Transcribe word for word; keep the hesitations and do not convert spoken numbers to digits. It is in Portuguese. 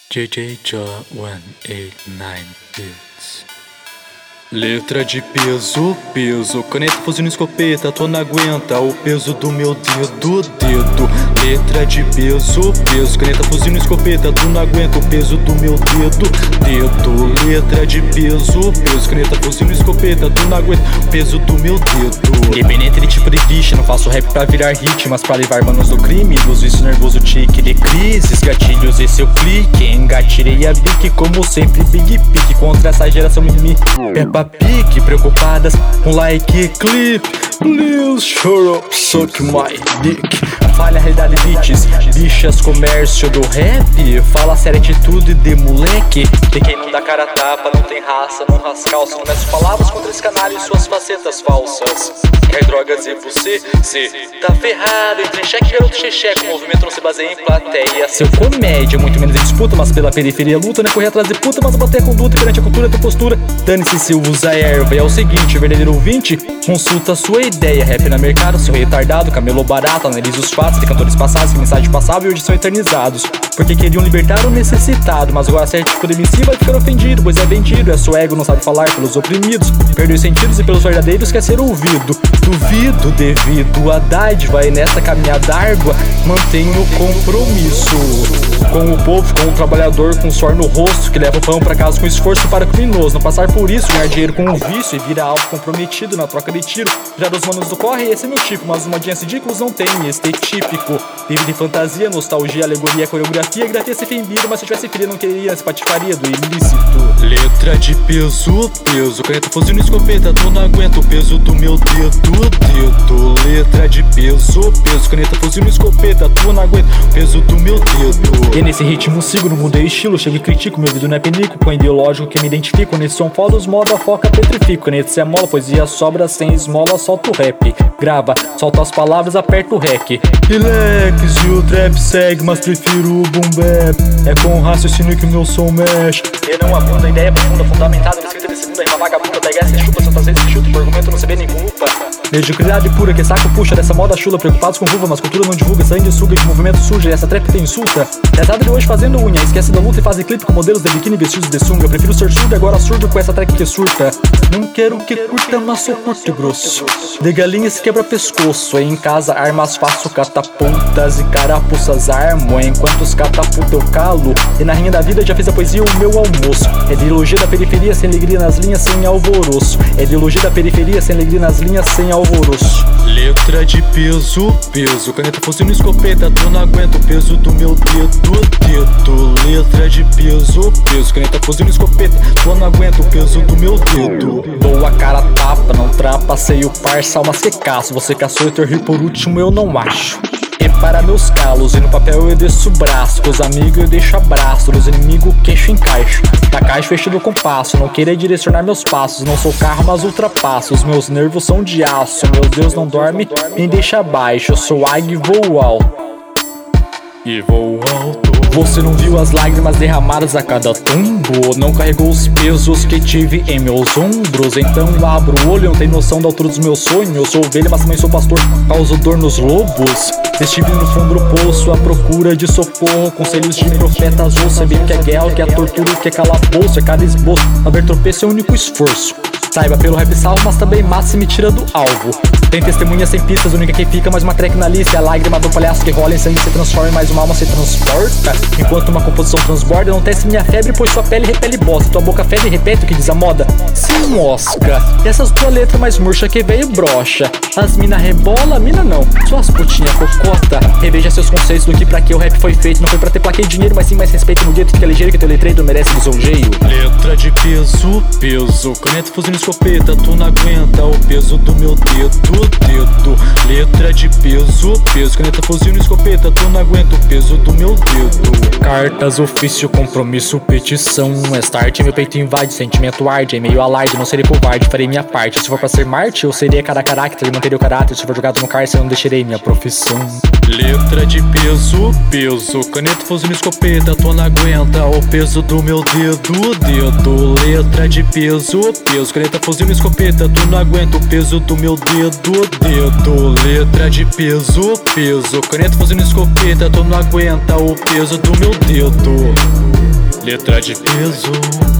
J J Jaw one eight nine Beats. Letra de peso, peso, caneta, fuzil, escopeta, tu não aguenta o peso do meu dedo, dedo. Letra de peso, peso, caneta, fuzil, escopeta, tu não aguenta o peso do meu dedo, dedo. Letra de peso, peso, caneta, fuzil, escopeta, tu não aguenta o peso do meu dedo. Independente de tipo de bicho, não faço rap pra virar hit, mas pra levar manos do crime, dos vícios nervoso, tique de crises, gatilhos e seu clique, engatilhei a bique como sempre, big pique contra essa geração mimimi. Peppa Pig, preocupadas com like e clip. Please shut up, suck my dick. Falha a realidade, bitches, bichas, comércio do rap. Fala séria atitude de moleque. De quem não dá cara a tapa, não tem raça, não rascalça. Não meço palavras contra esse canalho e suas facetas falsas. Quer drogas e você, cê tá ferrado. Entre em xeque, garoto xexeco. O movimento não se baseia em plateia. Seu comédia, muito menos em disputa, mas pela periferia luta. Não é correr atrás de puta, mas bater a conduta perante a cultura, tua postura. Dane-se se usa erva. E é o seguinte, verdadeiro ouvinte, consulta a sua ideia. Rap na mercado, seu retardado, camelo barato. Analisa os fatos de cantores passados, que mensagem passava e hoje são eternizados. Porque queriam libertar o necessitado, mas agora certo tipo de M C vai ficar ofendido, pois é vendido, é seu ego, não sabe falar pelos oprimidos. Perdeu os sentidos e pelos verdadeiros quer ser ouvido. Duvido devido a dádiva e nessa caminhada árdua mantenho o compromisso com o povo, com o trabalhador, com o suor no rosto, que leva o pão pra casa com esforço para o criminoso. Não passar por isso, ganhar dinheiro com o vício e virar algo comprometido na troca de tiro. Já dos manos do corre, esse é meu tipo, mas uma audiência ridículos não tem este típico. Livre de fantasia, nostalgia, alegoria, coreografia, grafia se fendido, mas se eu tivesse filha não queria essa patifaria do ilícito. Letra de peso, peso, caneta, fuzil, escopeta, tu não aguenta o peso do meu dedo, dedo. Letra de peso, peso, caneta, fuzil, escopeta, tu não aguenta o peso do meu dedo. E nesse ritmo sigo, não mudei estilo, chego e critico, meu ouvido não é penico, com ideológico que me identifico. Nesse som foda, os moda foca, petrifico. Caneta se amola, poesia sobra, sem esmola, solta o rap. Grava, solta as palavras, aperta o rec. Relax e o trap segue, mas prefiro o boom bap. É com raciocínio que o meu som mexe. E não abunda, ideia profunda, fundamentada, escrita de segunda rima vagabunda. Pega essa e chupa, tantas vezes que chuta, por argumento não se vê nem culpa. Mediocridade pura, que saco puxa dessa moda chula. Preocupados com vulva, mas cultura não divulga. Sangue suga de movimento suja, e essa trap tem insulta. Pesada de hoje fazendo unha, esquece da luta e fazem clipe com modelos de biquíni vestidos de sunga. Prefiro ser surdo e agora surdo com essa track que surta. Não quero que curta, mas sou curto e grosso. De galinha se quebra pescoço. Em casa armas faço catapultas e carapuças armo. Enquanto os catapulta eu calo. E na rinha da vida já fiz a poesia o meu almoço. É ideologia da periferia sem alegria nas linhas, sem alvoroço. É ideologia da periferia sem alegria nas linhas, sem alvoroço. Letra de peso, peso, caneta, fuzil, escopeta, tu não aguenta o peso do meu dedo, dedo. Letra de peso, peso, caneta, fuzil, escopeta, tu não aguenta o peso do meu dedo. Dou a cara tapa, não trapacei o parça, mas que caço. Você caçou e teu rir por último eu não acho. E para meus calos, e no papel eu desço o braço. Com os amigos eu deixo abraço, dos inimigos queixo encaixo. Na caixa fecho do compasso, não querer direcionar meus passos. Não sou carro, mas ultrapasso, os meus nervos são de aço. Meu Deus não dorme, nem deixa abaixo. Eu sou águia e vou alto. E vou alto. Você não viu as lágrimas derramadas a cada tombo. Não carregou os pesos que tive em meus ombros. Então abro o olho, não tem noção da altura dos meus sonhos. Eu sou ovelha, mas também sou pastor, causo dor nos lobos. Estive no fundo do poço à procura de socorro. Conselhos de profetas, ou saber que é guerra, que é tortura, que é calabouço. É cada esboço, haver tropeço é o único esforço. Saiba pelo rap salvo, mas também massa e me tira do alvo. Tem testemunha sem pistas, única que fica, mais uma track na lista. É a lágrima do palhaço que rola em sangue se transforma em mais uma alma se transporta. Enquanto uma composição transborda, não tece minha febre, pois sua pele repele bosta. Tua boca fede e repete o que diz a moda. Se mosca, essas tua letra mais murcha que veio brocha. As mina rebola, mina não, suas putinha cocota. Reveja seus conceitos do que pra que o rap foi feito. Não foi pra ter plaquei dinheiro, mas sim mais respeito no gueto. Que é ligeiro que teu letreiro merece lisonjeio. Letra de peso, peso, caneta, fuzil, escopeta, tu não aguenta o peso do meu dedo, dedo. Letra de peso, peso, caneta, fuzil, escopeta, tu não aguenta o peso do meu dedo. Cartas, ofício, compromisso, petição. Start, meu peito invade, sentimento arde. É meio alarde, não serei covarde, farei minha parte. Se for pra ser Marte, eu seria cada caráter, manteria o caráter. Se for jogado no cárcere, eu não deixarei minha profissão. Letra de peso, peso, caneta, fuzil, escopeta, tu não aguenta o peso do meu dedo, dedo. Letra de peso, peso, caneta, fuzil, escopeta, tu não aguenta o peso do meu dedo, dedo. Letra de peso, peso, caneta, fuzil, escopeta, tu não aguenta o peso do meu dedo. Letra de peso,